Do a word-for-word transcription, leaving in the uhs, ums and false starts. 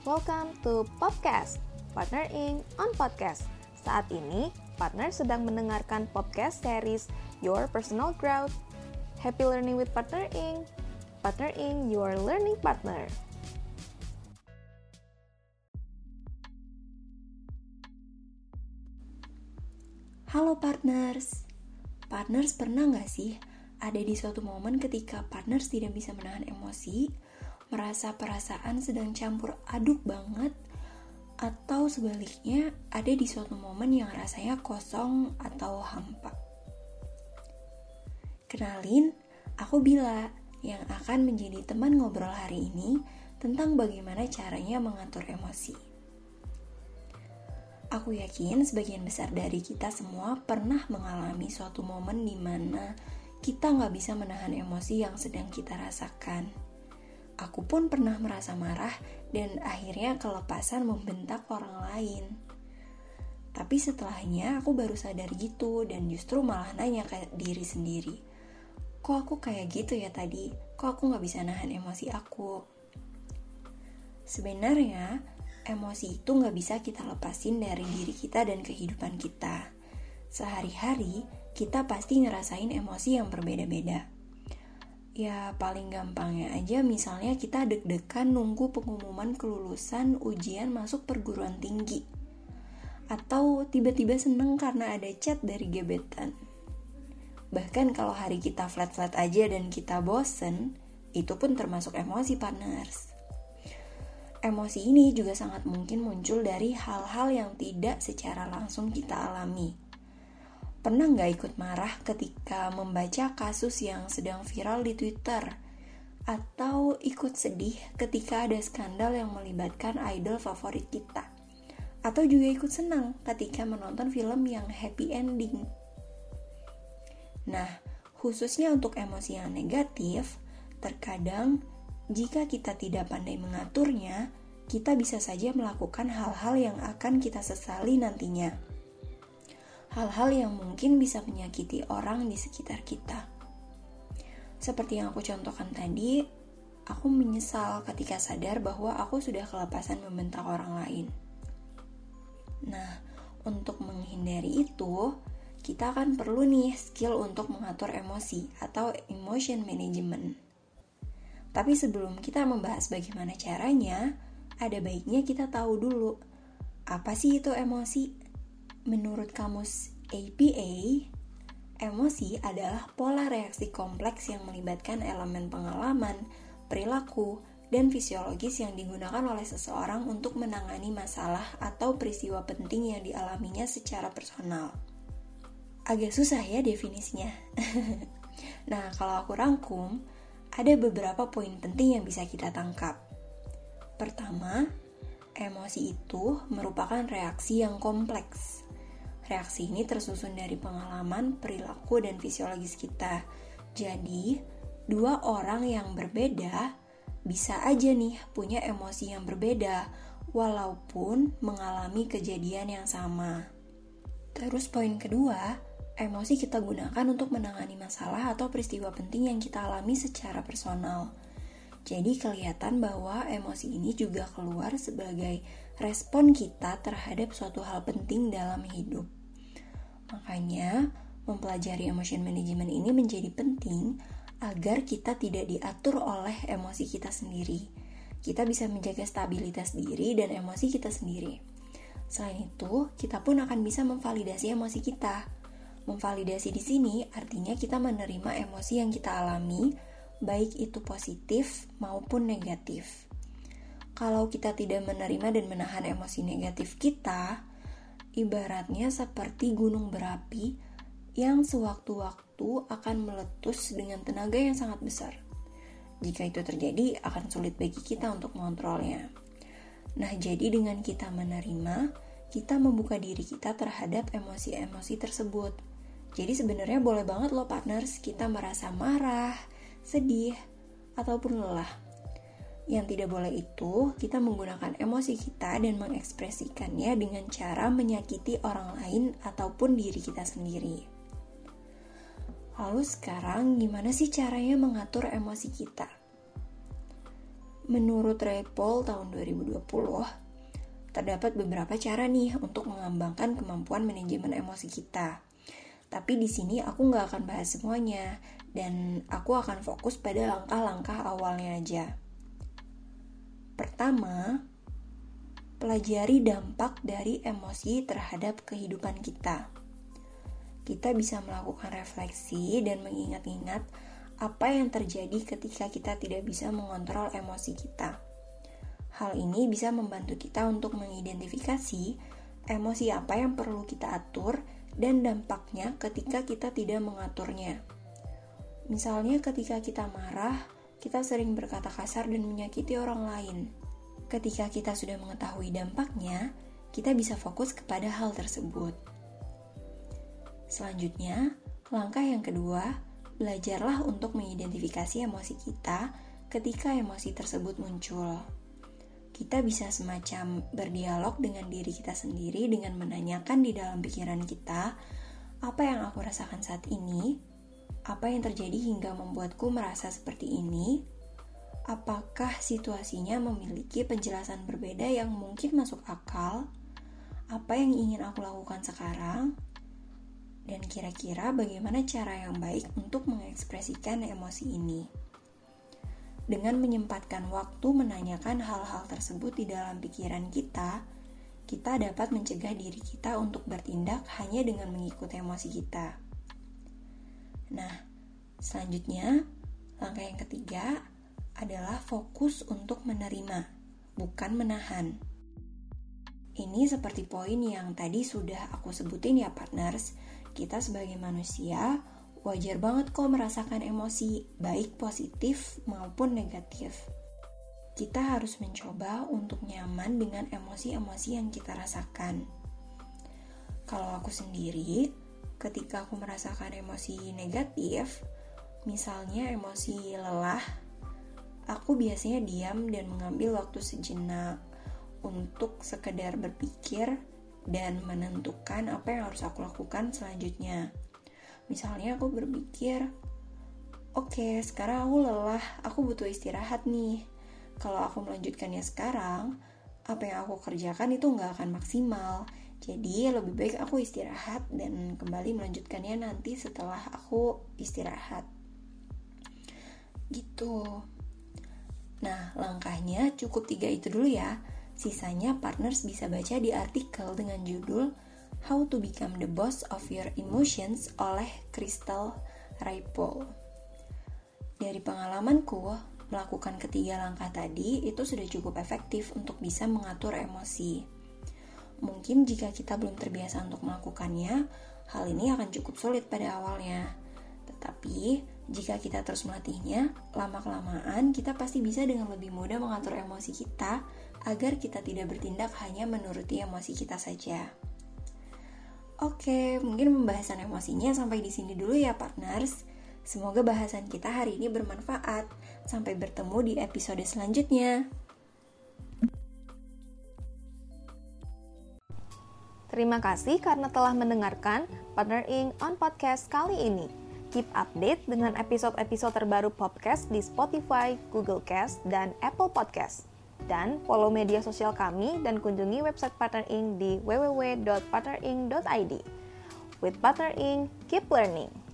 Welcome to Podcast, Partner Ing on Podcast. Saat ini, partner sedang mendengarkan podcast series Your Personal Growth. Happy learning with Partner Ing. Partner Ing, your learning partner. Halo partners. Partners pernah nggak sih ada di suatu momen ketika partners tidak bisa menahan emosi, merasa perasaan sedang campur aduk banget, atau sebaliknya ada di suatu momen yang rasanya kosong atau hampa? Kenalin, aku Bila yang akan menjadi teman ngobrol hari ini tentang bagaimana caranya mengatur emosi. Aku yakin sebagian besar dari kita semua pernah mengalami suatu momen di mana kita nggak bisa menahan emosi yang sedang kita rasakan. Aku pun pernah merasa marah dan akhirnya kelepasan membentak orang lain. Tapi setelahnya aku baru sadar gitu dan justru malah nanya ke diri sendiri. Kok aku kayak gitu ya tadi? Kok aku gak bisa nahan emosi aku? Sebenarnya emosi itu gak bisa kita lepasin dari diri kita dan kehidupan kita. Sehari-hari kita pasti ngerasain emosi yang berbeda-beda. Ya paling gampangnya aja misalnya kita deg-degan nunggu pengumuman kelulusan ujian masuk perguruan tinggi. Atau tiba-tiba seneng karena ada chat dari gebetan. Bahkan kalau hari kita flat-flat aja dan kita bosen, itu pun termasuk emosi partners. Emosi ini juga sangat mungkin muncul dari hal-hal yang tidak secara langsung kita alami. Pernah nggak ikut marah ketika membaca kasus yang sedang viral di Twitter? Atau ikut sedih ketika ada skandal yang melibatkan idol favorit kita? Atau juga ikut senang ketika menonton film yang happy ending? Nah, khususnya untuk emosi yang negatif, terkadang jika kita tidak pandai mengaturnya, kita bisa saja melakukan hal-hal yang akan kita sesali nantinya. Hal-hal yang mungkin bisa menyakiti orang di sekitar kita. Seperti yang aku contohkan tadi, aku menyesal ketika sadar bahwa aku sudah kelepasan membentak orang lain. Nah, untuk menghindari itu, kita kan perlu nih skill untuk mengatur emosi atau emotion management. Tapi sebelum kita membahas bagaimana caranya, ada baiknya kita tahu dulu, apa sih itu emosi? Menurut kamus A P A, emosi adalah pola reaksi kompleks yang melibatkan elemen pengalaman, perilaku, dan fisiologis yang digunakan oleh seseorang untuk menangani masalah atau peristiwa penting yang dialaminya secara personal. Agak susah ya definisinya. Nah, kalau aku rangkum, ada beberapa poin penting yang bisa kita tangkap. Pertama, emosi itu merupakan reaksi yang kompleks. Reaksi ini tersusun dari pengalaman, perilaku, dan fisiologis kita. Jadi, dua orang yang berbeda bisa aja nih punya emosi yang berbeda, walaupun mengalami kejadian yang sama. Terus poin kedua, emosi kita gunakan untuk menangani masalah atau peristiwa penting yang kita alami secara personal. Jadi kelihatan bahwa emosi ini juga keluar sebagai respon kita terhadap suatu hal penting dalam hidup. Makanya, mempelajari emotion management ini menjadi penting agar kita tidak diatur oleh emosi kita sendiri. Kita bisa menjaga stabilitas diri dan emosi kita sendiri. Selain itu, kita pun akan bisa memvalidasi emosi kita. Memvalidasi di sini artinya kita menerima emosi yang kita alami, baik itu positif maupun negatif. Kalau kita tidak menerima dan menahan emosi negatif kita, ibaratnya seperti gunung berapi yang sewaktu-waktu akan meletus dengan tenaga yang sangat besar. Jika itu terjadi, akan sulit bagi kita untuk mengontrolnya. Nah, jadi dengan kita menerima, kita membuka diri kita terhadap emosi-emosi tersebut. Jadi sebenarnya boleh banget loh partners, kita merasa marah, sedih, ataupun lelah. Yang tidak boleh itu, kita menggunakan emosi kita dan mengekspresikannya dengan cara menyakiti orang lain ataupun diri kita sendiri. Lalu sekarang, gimana sih caranya mengatur emosi kita? Menurut Ray Paul tahun dua ribu dua puluh, terdapat beberapa cara nih untuk mengembangkan kemampuan manajemen emosi kita. Tapi di sini aku nggak akan bahas semuanya, dan aku akan fokus pada langkah-langkah awalnya aja. Pertama, pelajari dampak dari emosi terhadap kehidupan kita. Kita bisa melakukan refleksi dan mengingat-ingat apa yang terjadi ketika kita tidak bisa mengontrol emosi kita. Hal ini bisa membantu kita untuk mengidentifikasi emosi apa yang perlu kita atur dan dampaknya ketika kita tidak mengaturnya. Misalnya ketika kita marah, kita sering berkata kasar dan menyakiti orang lain. Ketika kita sudah mengetahui dampaknya, kita bisa fokus kepada hal tersebut. Selanjutnya, langkah yang kedua, belajarlah untuk mengidentifikasi emosi kita ketika emosi tersebut muncul. Kita bisa semacam berdialog dengan diri kita sendiri dengan menanyakan di dalam pikiran kita, apa yang aku rasakan saat ini? Apa yang terjadi hingga membuatku merasa seperti ini? Apakah situasinya memiliki penjelasan berbeda yang mungkin masuk akal? Apa yang ingin aku lakukan sekarang? Dan kira-kira bagaimana cara yang baik untuk mengekspresikan emosi ini? Dengan menyempatkan waktu menanyakan hal-hal tersebut di dalam pikiran kita, kita dapat mencegah diri kita untuk bertindak hanya dengan mengikuti emosi kita. Nah, selanjutnya, langkah yang ketiga adalah fokus untuk menerima, bukan menahan. Ini seperti poin yang tadi sudah aku sebutin ya partners. Kita sebagai manusia wajar banget kok merasakan emosi, baik positif maupun negatif. Kita harus mencoba untuk nyaman dengan emosi-emosi yang kita rasakan. Kalau aku sendiri, ketika aku merasakan emosi negatif, misalnya emosi lelah, aku biasanya diam dan mengambil waktu sejenak untuk sekedar berpikir dan menentukan apa yang harus aku lakukan selanjutnya. Misalnya aku berpikir, oke, okay, sekarang aku lelah, aku butuh istirahat nih. Kalau aku melanjutkannya sekarang, apa yang aku kerjakan itu nggak akan maksimal. Jadi lebih baik aku istirahat dan kembali melanjutkannya nanti setelah aku istirahat. Gitu. Nah, langkahnya cukup tiga itu dulu ya. Sisanya partners bisa baca di artikel dengan judul How to Become the Boss of Your Emotions oleh Crystal Ray Paul. Dari pengalamanku, melakukan ketiga langkah tadi itu sudah cukup efektif untuk bisa mengatur emosi. Mungkin jika kita belum terbiasa untuk melakukannya, hal ini akan cukup sulit pada awalnya. Tetapi, jika kita terus melatihnya, lama-kelamaan kita pasti bisa dengan lebih mudah mengatur emosi kita agar kita tidak bertindak hanya menuruti emosi kita saja. Oke, mungkin pembahasan emosinya sampai di sini dulu ya partners. Semoga bahasan kita hari ini bermanfaat. Sampai bertemu di episode selanjutnya. Terima kasih karena telah mendengarkan Partnering on Podcast kali ini. Keep update dengan episode-episode terbaru podcast di Spotify, Google Cast, dan Apple Podcast. Dan follow media sosial kami dan kunjungi website Partnering di w w w dot partnering dot i d. With Partnering, keep learning.